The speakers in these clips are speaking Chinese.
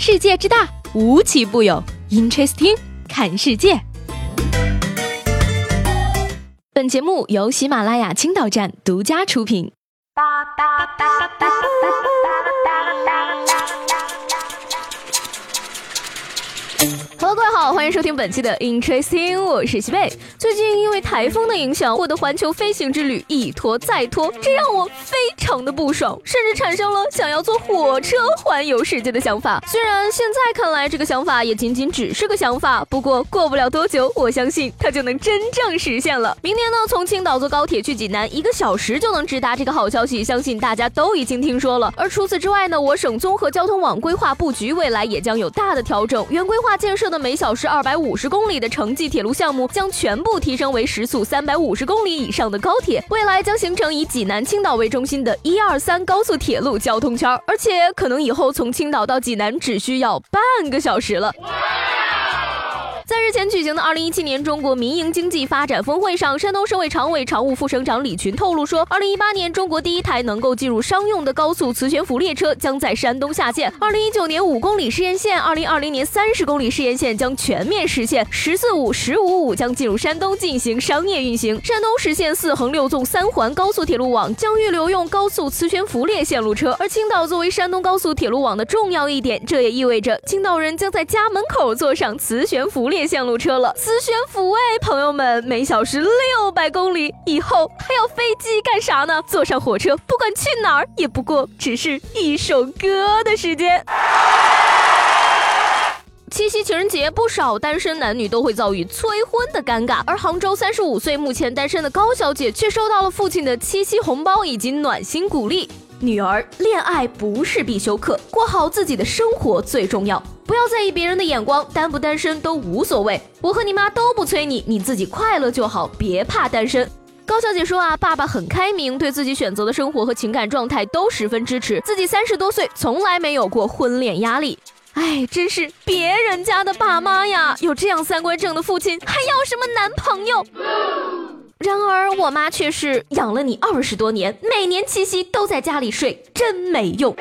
世界之大，无奇不有。Interesting， 看世界。本节目由喜马拉雅青岛站独家出品。Hello， 各位好，欢迎收听本期的 Interesting， 我是西贝。最近因为台风的影响，我的环球飞行之旅一拖再拖，这让我非常的不爽，甚至产生了想要坐火车环游世界的想法。虽然现在看来这个想法也仅仅只是个想法，不过过不了多久，我相信它就能真正实现了。明年呢，从青岛坐高铁去济南1个小时就能直达，这个好消息相信大家都已经听说了。而除此之外呢，我省综合交通网规划布局未来也将有大的调整，原规划建设的每小时250公里的城际铁路项目将全部提升为时速350公里以上的高铁，未来将形成以济南、青岛为中心的123高速铁路交通圈，而且可能以后从青岛到济南只需要半个小时了。在日前举行的2017年中国民营经济发展峰会上，山东省委常委、常务副省长李群透露说，2018年中国第一台能够进入商用的高速磁悬浮列车将在山东下线，2019年5公里试验线，2020年30公里试验线将全面实现，145、155将进入山东进行商业运行。山东实现4横6纵3环高速铁路网，将预留用高速磁悬浮列线路车。而青岛作为山东高速铁路网的重要一点，这也意味着青岛人将在家门口坐上磁悬浮列线路车了。磁悬浮朋友们，每小时600公里，以后还要飞机干啥呢？坐上火车，不管去哪儿，也不过只是一首歌的时间。七夕情人节，不少单身男女都会遭遇催婚的尴尬，而杭州35岁目前单身的高小姐却收到了父亲的七夕红包以及暖心鼓励。女儿，恋爱不是必修课，过好自己的生活最重要，不要在意别人的眼光，单不单身都无所谓。我和你妈都不催你，你自己快乐就好，别怕单身。高小姐说爸爸很开明，对自己选择的生活和情感状态都十分支持，自己30多岁从来没有过婚恋压力。真是别人家的爸妈呀，有这样3观正的父亲，还要什么男朋友？然而我妈却是养了你20多年，每年七夕都在家里睡，真没用。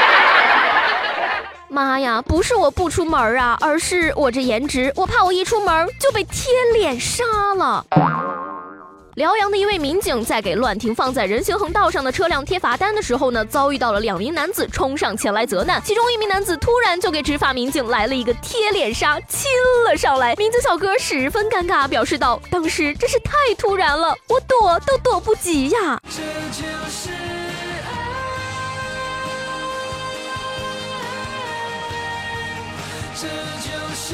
妈呀，不是我不出门而是我这颜值，我怕我一出门就被贴脸杀了。辽阳的一位民警在给乱停放在人行横道上的车辆贴罚单的时候呢，遭遇到了2名男子冲上前来责难，其中1名男子突然就给执法民警来了一个贴脸杀，亲了上来。民警小哥十分尴尬，表示道：“当时真是太突然了，我躲都躲不及呀。”这就是爱，这就是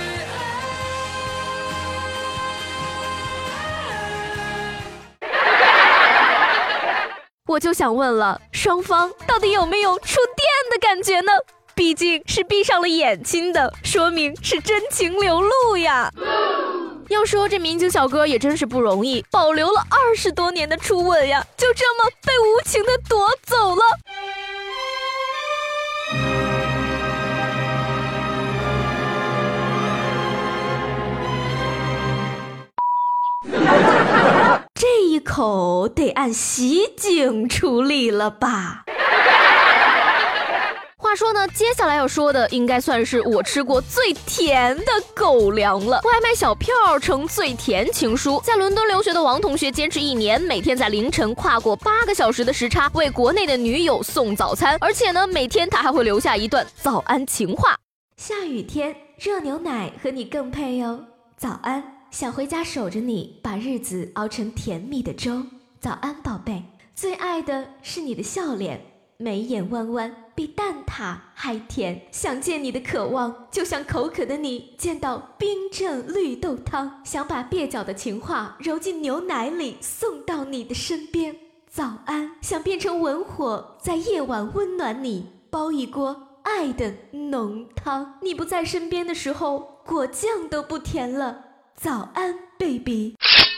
我就想问了，双方到底有没有触电的感觉呢？毕竟是闭上了眼亲的，说明是真情流露呀。要说这民警小哥也真是不容易，保留了20多年的初吻呀，就这么被无情的夺走了。这一口得按袭警处理了吧。话说呢，接下来要说的应该算是我吃过最甜的狗粮了。外卖小票称最甜情书。在伦敦留学的王同学坚持1年，每天在凌晨跨过8个小时的时差为国内的女友送早餐，而且呢，每天他还会留下一段早安情话。下雨天，热牛奶和你更配哦。早安。想回家守着你，把日子熬成甜蜜的粥。早安，宝贝，最爱的是你的笑脸，眉眼弯弯，比蛋挞还甜。想见你的渴望，就像口渴的你见到冰镇绿豆汤，想把蹩脚的情话揉进牛奶里，送到你的身边。早安，想变成文火，在夜晚温暖你，煲一锅爱的浓汤。你不在身边的时候，果酱都不甜了。早安 baby。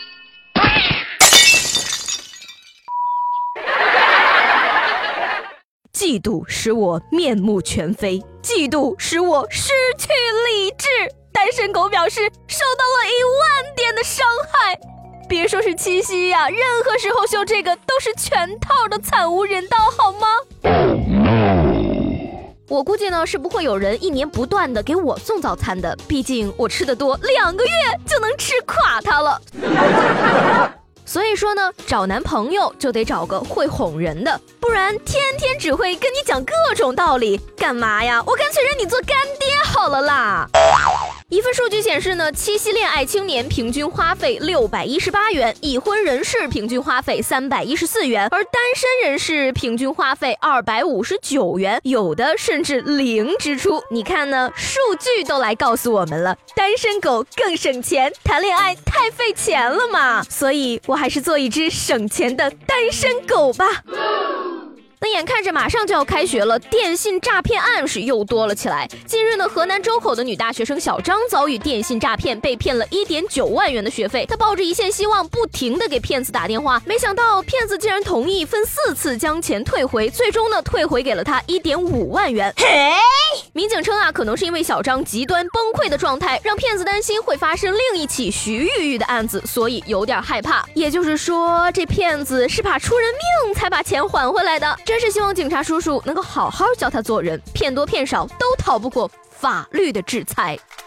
嫉妒使我面目全非，嫉妒使我失去理智。单身狗表示受到了10000点的伤害。别说是七夕呀，任何时候秀这个都是全套的惨无人道，好吗？ 我估计呢是不会有人一年不断的给我送早餐的，毕竟我吃得多，2个月就能吃垮它了。所以说呢，找男朋友就得找个会哄人的，不然天天只会跟你讲各种道理，干嘛呀？我干脆认你做干爹好了啦。一份数据显示呢，7夕恋爱青年平均花费618元，已婚人士平均花费314元，而单身人士平均花费259元，有的甚至零支出。你看呢，数据都来告诉我们了，单身狗更省钱，谈恋爱太费钱了嘛，所以我还是做一只省钱的单身狗吧。那眼看着马上就要开学了，电信诈骗案是又多了起来。近日呢，河南周口的女大学生小张遭遇电信诈骗，被骗了1.9万元的学费。她抱着一线希望，不停地给骗子打电话，没想到骗子竟然同意分4次将钱退回，最终呢退回给了她1.5万元。民警称啊，可能是因为小张极端崩溃的状态，让骗子担心会发生另一起徐玉玉的案子，所以有点害怕。也就是说，这骗子是怕出人命才把钱还回来的。真是希望警察叔叔能够好好教他做人，骗多骗少都逃不过法律的制裁。